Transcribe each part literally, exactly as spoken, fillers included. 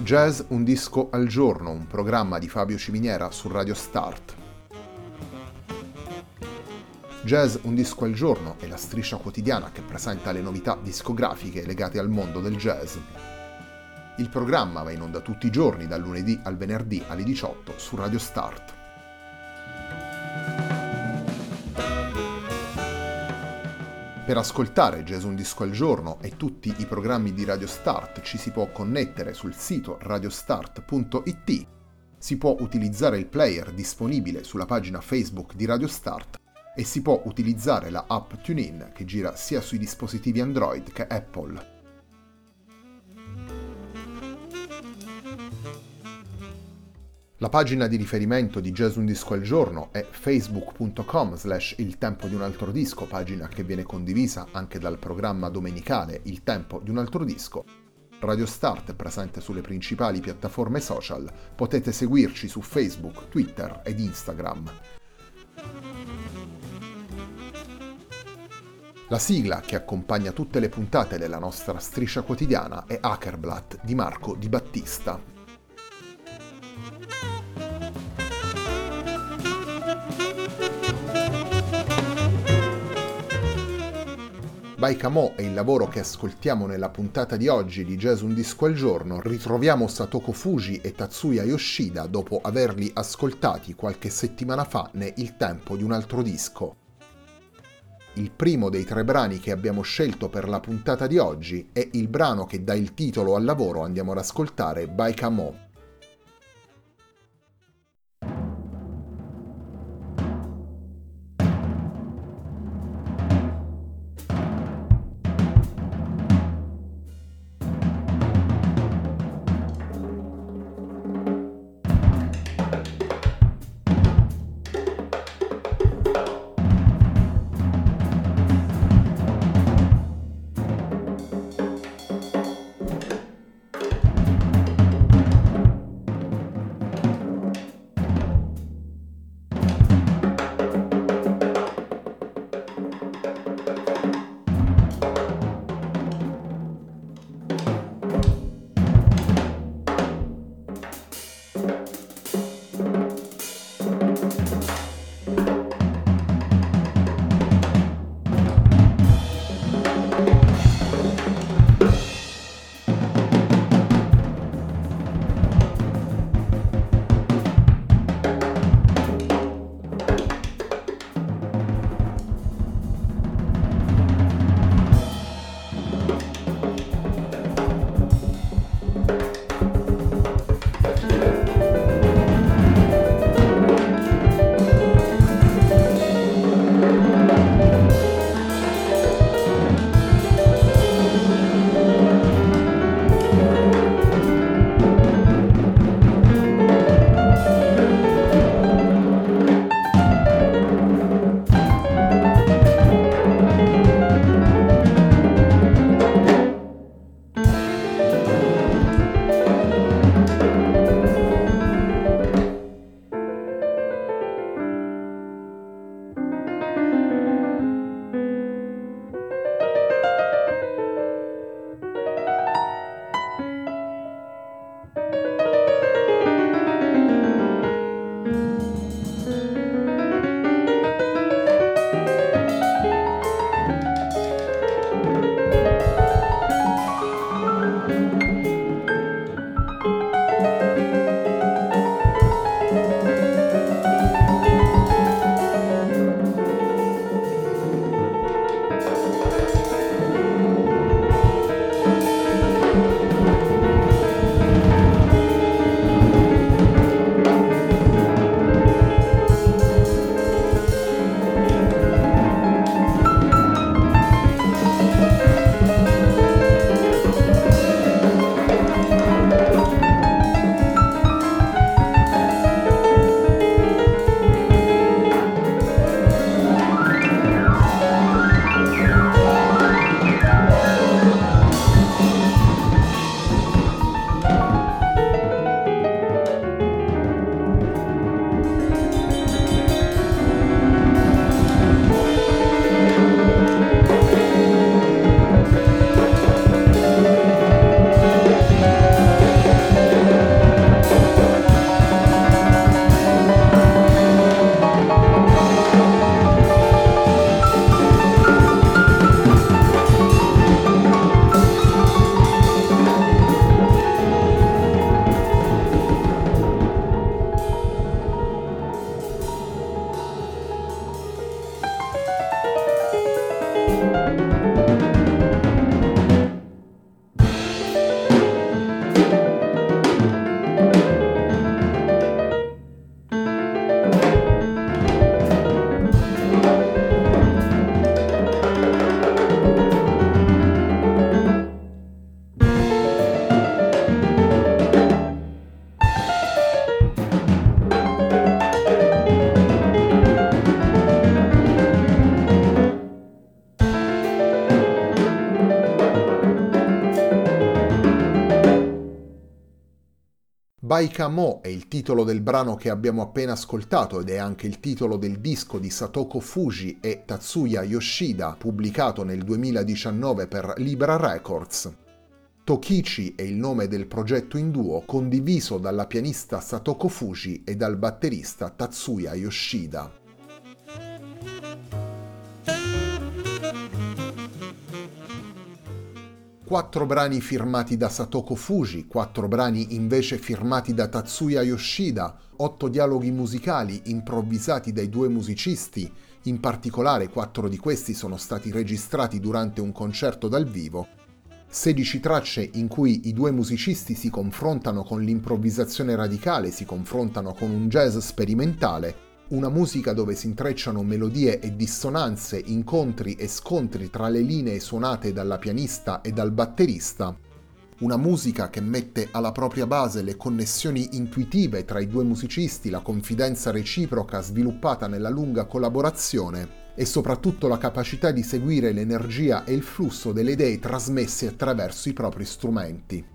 Jazz un disco al giorno, un programma di Fabio Ciminiera su Radio Start. Jazz un disco al giorno è la striscia quotidiana che presenta le novità discografiche legate al mondo del jazz. Il programma va in onda tutti i giorni dal lunedì al venerdì alle diciotto su Radio Start. Per ascoltare Jazz un disco al giorno e tutti i programmi di Radio Start ci si può connettere sul sito radiostart punto it, si può utilizzare il player disponibile sulla pagina Facebook di Radio Start e si può utilizzare la app TuneIn che gira sia sui dispositivi Android che Apple. La pagina di riferimento di Jazz un disco al giorno è facebook punto com slash il tempo di un altro disco, pagina che viene condivisa anche dal programma domenicale Il tempo di un altro disco. Radio Start è presente sulle principali piattaforme social, potete seguirci su Facebook, Twitter ed Instagram. La sigla che accompagna tutte le puntate della nostra striscia quotidiana è Hackerblatt di Marco Di Battista. By Camo è il lavoro che ascoltiamo nella puntata di oggi di Jazz un disco al giorno. Ritroviamo Satoko Fuji e Tatsuya Yoshida dopo averli ascoltati qualche settimana fa ne Il tempo di un altro disco. Il primo dei tre brani che abbiamo scelto per la puntata di oggi è il brano che dà il titolo al lavoro, andiamo ad ascoltare By Camo. Baikamo è il titolo del brano che abbiamo appena ascoltato ed è anche il titolo del disco di Satoko Fuji e Tatsuya Yoshida, pubblicato nel duemiladiciannove per Libra Records. Tokichi è il nome del progetto in duo condiviso dalla pianista Satoko Fuji e dal batterista Tatsuya Yoshida. Quattro brani firmati da Satoko Fuji, quattro brani invece firmati da Tatsuya Yoshida, otto dialoghi musicali improvvisati dai due musicisti, in particolare quattro di questi sono stati registrati durante un concerto dal vivo, sedici tracce in cui i due musicisti si confrontano con l'improvvisazione radicale, si confrontano con un jazz sperimentale, una musica dove si intrecciano melodie e dissonanze, incontri e scontri tra le linee suonate dalla pianista e dal batterista. Una musica che mette alla propria base le connessioni intuitive tra i due musicisti, la confidenza reciproca sviluppata nella lunga collaborazione e soprattutto la capacità di seguire l'energia e il flusso delle idee trasmesse attraverso i propri strumenti.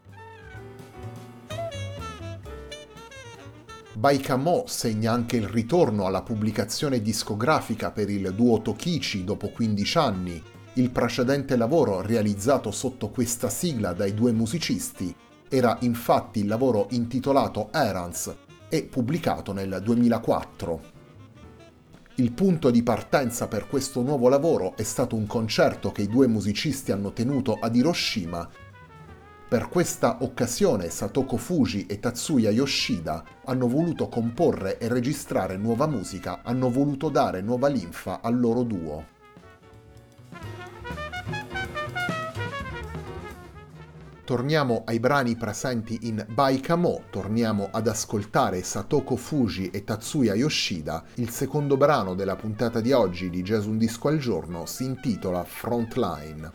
Baikamo segna anche il ritorno alla pubblicazione discografica per il duo Tokichi dopo quindici anni. Il precedente lavoro realizzato sotto questa sigla dai due musicisti era infatti il lavoro intitolato Errands e pubblicato nel duemilaquattro. Il punto di partenza per questo nuovo lavoro è stato un concerto che i due musicisti hanno tenuto ad Hiroshima. Per questa occasione Satoko Fuji e Tatsuya Yoshida hanno voluto comporre e registrare nuova musica, hanno voluto dare nuova linfa al loro duo. Torniamo ai brani presenti in Baikamo, torniamo ad ascoltare Satoko Fuji e Tatsuya Yoshida. Il secondo brano della puntata di oggi di Jazz Un Disco al Giorno si intitola Frontline.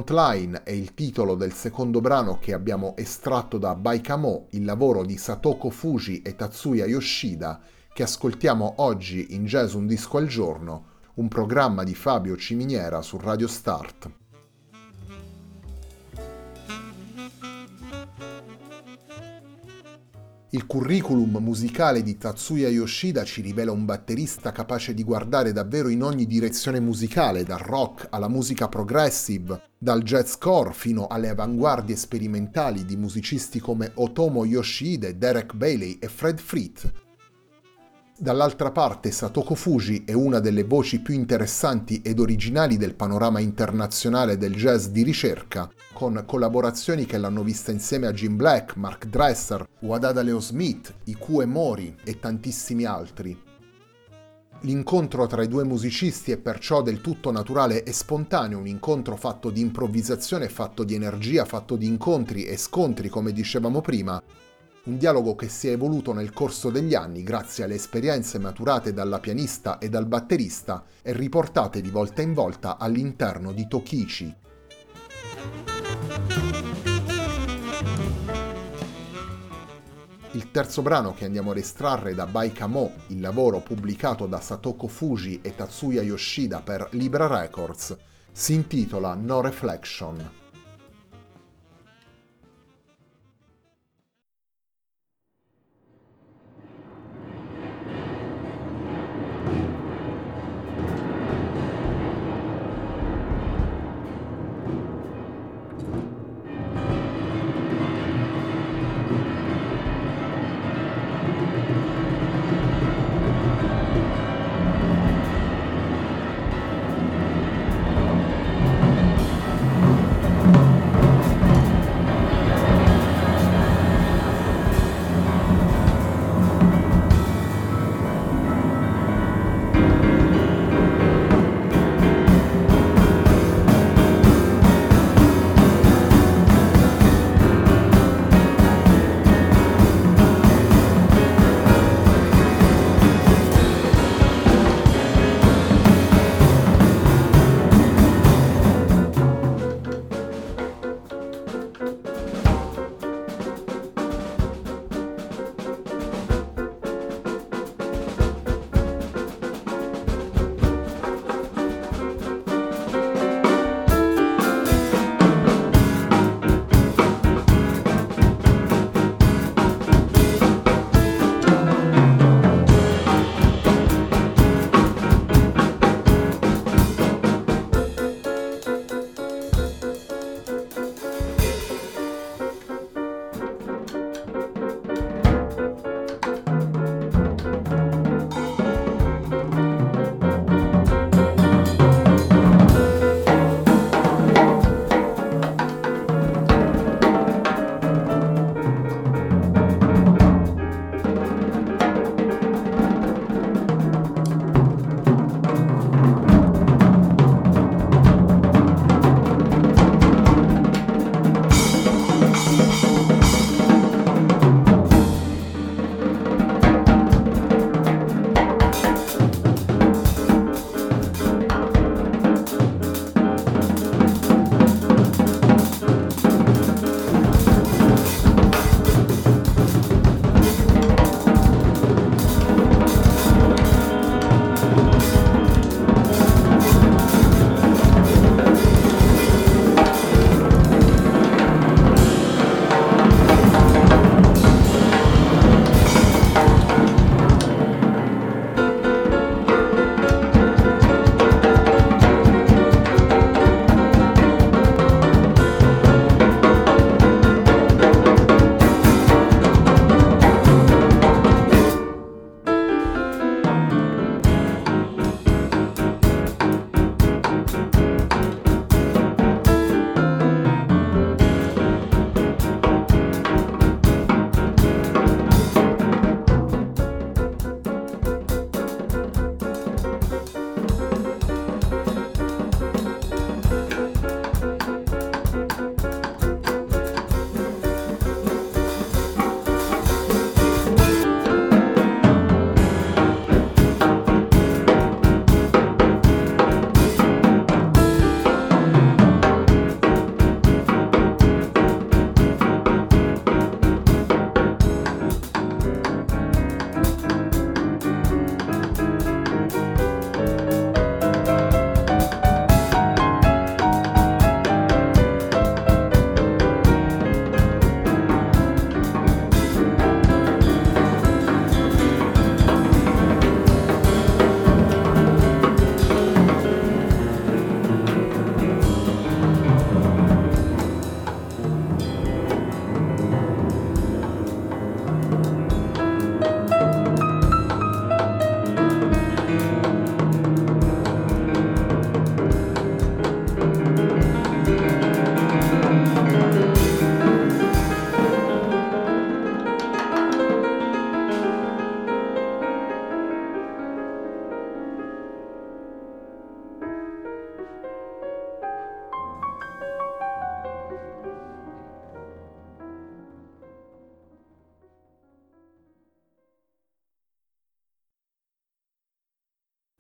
Frontline è il titolo del secondo brano che abbiamo estratto da Baikamo, il lavoro di Satoko Fuji e Tatsuya Yoshida, che ascoltiamo oggi in Jazz Un Disco al Giorno, un programma di Fabio Ciminiera su Radio Start. Il curriculum musicale di Tatsuya Yoshida ci rivela un batterista capace di guardare davvero in ogni direzione musicale, dal rock alla musica progressive, dal jazzcore fino alle avanguardie sperimentali di musicisti come Otomo Yoshide, Derek Bailey e Fred Frith. Dall'altra parte Satoko Fuji è una delle voci più interessanti ed originali del panorama internazionale del jazz di ricerca, con collaborazioni che l'hanno vista insieme a Jim Black, Mark Dresser, Wadada Leo Smith, Ikue Mori e tantissimi altri. L'incontro tra i due musicisti è perciò del tutto naturale e spontaneo, un incontro fatto di improvvisazione, fatto di energia, fatto di incontri e scontri, come dicevamo prima. Un dialogo che si è evoluto nel corso degli anni grazie alle esperienze maturate dalla pianista e dal batterista e riportate di volta in volta all'interno di Tokichi. Il terzo brano che andiamo ad estrarre da Baikamo, il lavoro pubblicato da Satoko Fuji e Tatsuya Yoshida per Libra Records, si intitola No Reflection.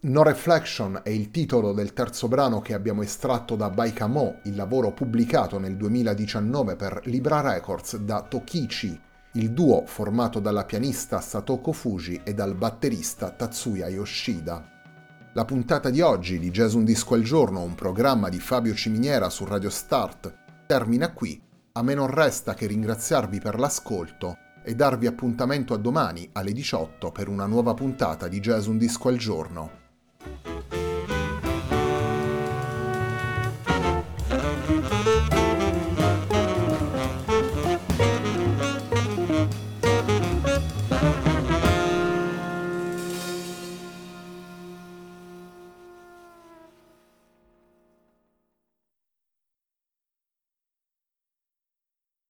No Reflection è il titolo del terzo brano che abbiamo estratto da Baikamo, il lavoro pubblicato nel duemiladiciannove per Libra Records da Tokichi, il duo formato dalla pianista Satoko Fuji e dal batterista Tatsuya Yoshida. La puntata di oggi di Jazz Un Disco al Giorno, un programma di Fabio Ciminiera su Radio Start, termina qui. A me non resta che ringraziarvi per l'ascolto e darvi appuntamento a domani alle diciotto per una nuova puntata di Jazz Un Disco al Giorno.